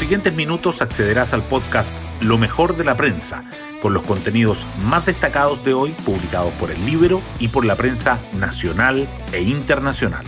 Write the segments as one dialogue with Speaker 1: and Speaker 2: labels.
Speaker 1: siguientes minutos accederás al podcast Lo mejor de la prensa, con los contenidos más destacados de hoy publicados por El Líbero y por la prensa nacional e internacional.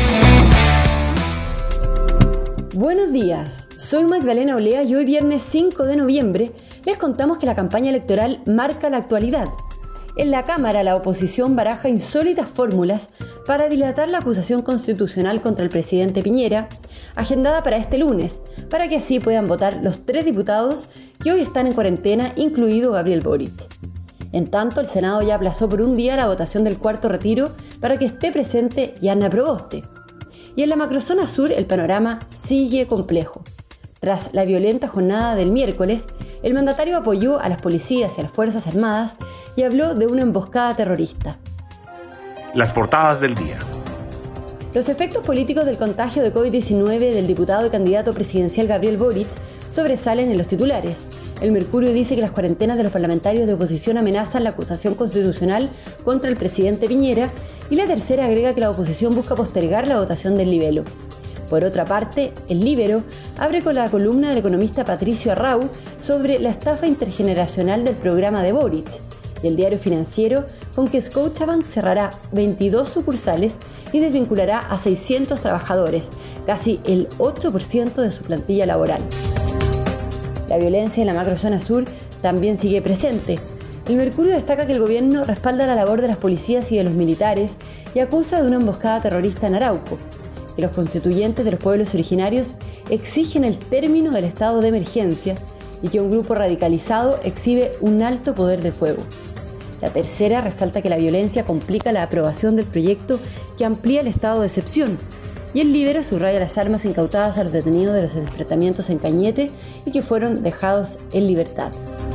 Speaker 2: Buenos días, soy Magdalena Olea y hoy viernes 5 de noviembre les contamos que la campaña electoral marca la actualidad. En la Cámara, la oposición baraja insólitas fórmulas para dilatar la acusación constitucional contra el presidente Piñera, agendada para este lunes, para que así puedan votar los 3 diputados que hoy están en cuarentena, incluido Gabriel Boric. En tanto, el Senado ya aplazó por un día la votación del cuarto retiro para que esté presente Yanna Proboste. Y en la macrozona sur el panorama sigue complejo. Tras la violenta jornada del miércoles, el mandatario apoyó a las policías y a las Fuerzas Armadas y habló de una emboscada terrorista.
Speaker 1: Las portadas del día.
Speaker 2: Los efectos políticos del contagio de COVID-19 del diputado y candidato presidencial Gabriel Boric sobresalen en los titulares. El Mercurio dice que las cuarentenas de los parlamentarios de oposición amenazan la acusación constitucional contra el presidente Piñera, y la Tercera agrega que la oposición busca postergar la votación del libelo. Por otra parte, El Líbero abre con la columna del economista Patricio Arrau sobre la estafa intergeneracional del programa de Boric, y el Diario Financiero con que Scotiabank cerrará 22 sucursales y desvinculará a 600 trabajadores, casi el 8% de su plantilla laboral. La violencia en la macrozona sur también sigue presente. El Mercurio destaca que el gobierno respalda la labor de las policías y de los militares y acusa de una emboscada terrorista en Arauco, que los constituyentes de los pueblos originarios exigen el término del estado de emergencia y que un grupo radicalizado exhibe un alto poder de fuego. La Tercera resalta que la violencia complica la aprobación del proyecto que amplía el estado de excepción, y El Líbero subraya las armas incautadas a los detenidos de los enfrentamientos en Cañete y que fueron dejados en libertad.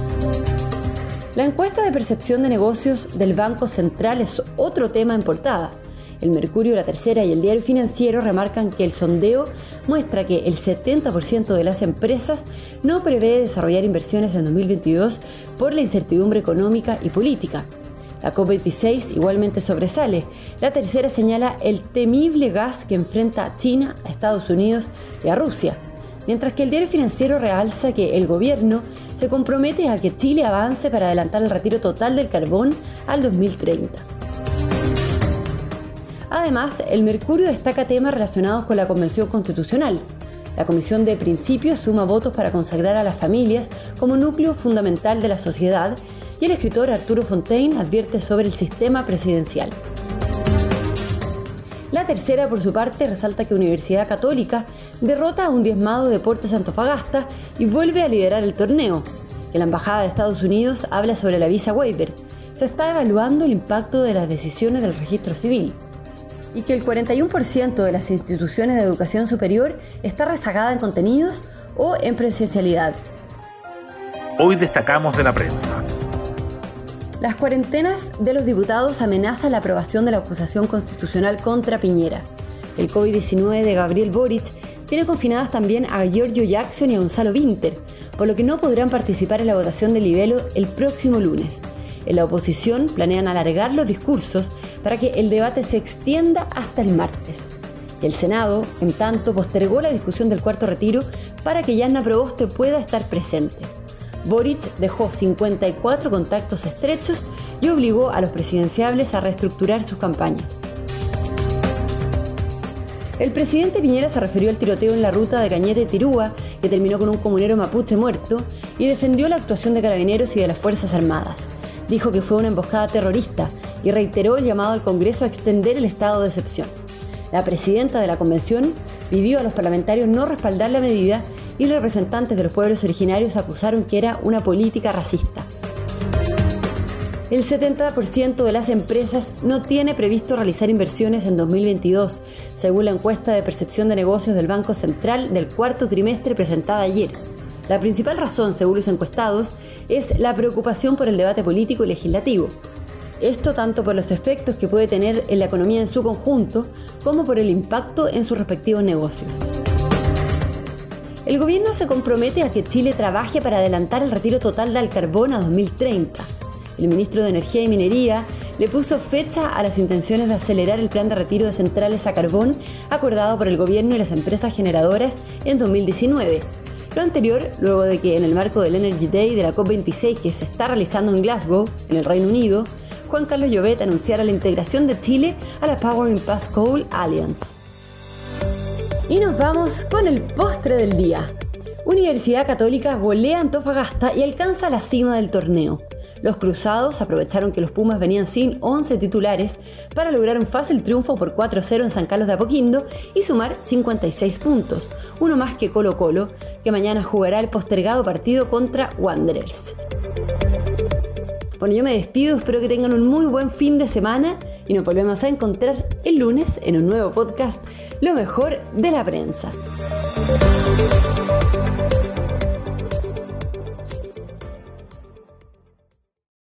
Speaker 2: La encuesta de percepción de negocios del Banco Central es otro tema en portada. El Mercurio, la Tercera y el Diario Financiero remarcan que el sondeo muestra que el 70% de las empresas no prevé desarrollar inversiones en 2022 por la incertidumbre económica y política. La COP26 igualmente sobresale. La Tercera señala el temible gas que enfrenta a China, a Estados Unidos y a Rusia, mientras que el Diario Financiero realza que el gobierno se compromete a que Chile avance para adelantar el retiro total del carbón al 2030. Además, el Mercurio destaca temas relacionados con la Convención Constitucional. La Comisión de Principios suma votos para consagrar a las familias como núcleo fundamental de la sociedad, y el escritor Arturo Fontaine advierte sobre el sistema presidencial. La Tercera, por su parte, resalta que Universidad Católica derrota a un diezmado Deportes Antofagasta y vuelve a liderar el torneo. Que la Embajada de Estados Unidos habla sobre la visa waiver. Se está evaluando el impacto de las decisiones del registro civil. Y que el 41% de las instituciones de educación superior está rezagada en contenidos o en presencialidad.
Speaker 1: Hoy destacamos de la prensa.
Speaker 2: Las cuarentenas de los diputados amenazan la aprobación de la acusación constitucional contra Piñera. El COVID-19 de Gabriel Boric tiene confinadas también a Giorgio Jackson y a Gonzalo Vinter, por lo que no podrán participar en la votación del libelo el próximo lunes. En la oposición planean alargar los discursos para que el debate se extienda hasta el martes. Y el Senado, en tanto, postergó la discusión del cuarto retiro para que Yanna Proboste pueda estar presente. Boric dejó 54 contactos estrechos y obligó a los presidenciables a reestructurar sus campañas. El presidente Piñera se refirió al tiroteo en la ruta de Cañete-Tirúa, que terminó con un comunero mapuche muerto, y defendió la actuación de Carabineros y de las Fuerzas Armadas. Dijo que fue una emboscada terrorista y reiteró el llamado al Congreso a extender el estado de excepción. La presidenta de la convención pidió a los parlamentarios no respaldar la medida y representantes de los pueblos originarios acusaron que era una política racista. El 70% de las empresas no tiene previsto realizar inversiones en 2022, según la encuesta de percepción de negocios del Banco Central del cuarto trimestre presentada ayer. La principal razón, según los encuestados, es la preocupación por el debate político y legislativo. Esto tanto por los efectos que puede tener en la economía en su conjunto, como por el impacto en sus respectivos negocios. El gobierno se compromete a que Chile trabaje para adelantar el retiro total del carbón a 2030. El ministro de Energía y Minería le puso fecha a las intenciones de acelerar el plan de retiro de centrales a carbón acordado por el gobierno y las empresas generadoras en 2019. Lo anterior, luego de que en el marco del Energy Day de la COP26 que se está realizando en Glasgow, en el Reino Unido, Juan Carlos Llobet anunciara la integración de Chile a la Power and Pass Coal Alliance. Y nos vamos con el postre del día. Universidad Católica golea a Antofagasta y alcanza la cima del torneo. Los cruzados aprovecharon que los Pumas venían sin 11 titulares para lograr un fácil triunfo por 4-0 en San Carlos de Apoquindo y sumar 56 puntos, uno más que Colo-Colo, que mañana jugará el postergado partido contra Wanderers. Bueno, yo me despido, espero que tengan un muy buen fin de semana y nos volvemos a encontrar el lunes en un nuevo podcast, Lo mejor de la prensa.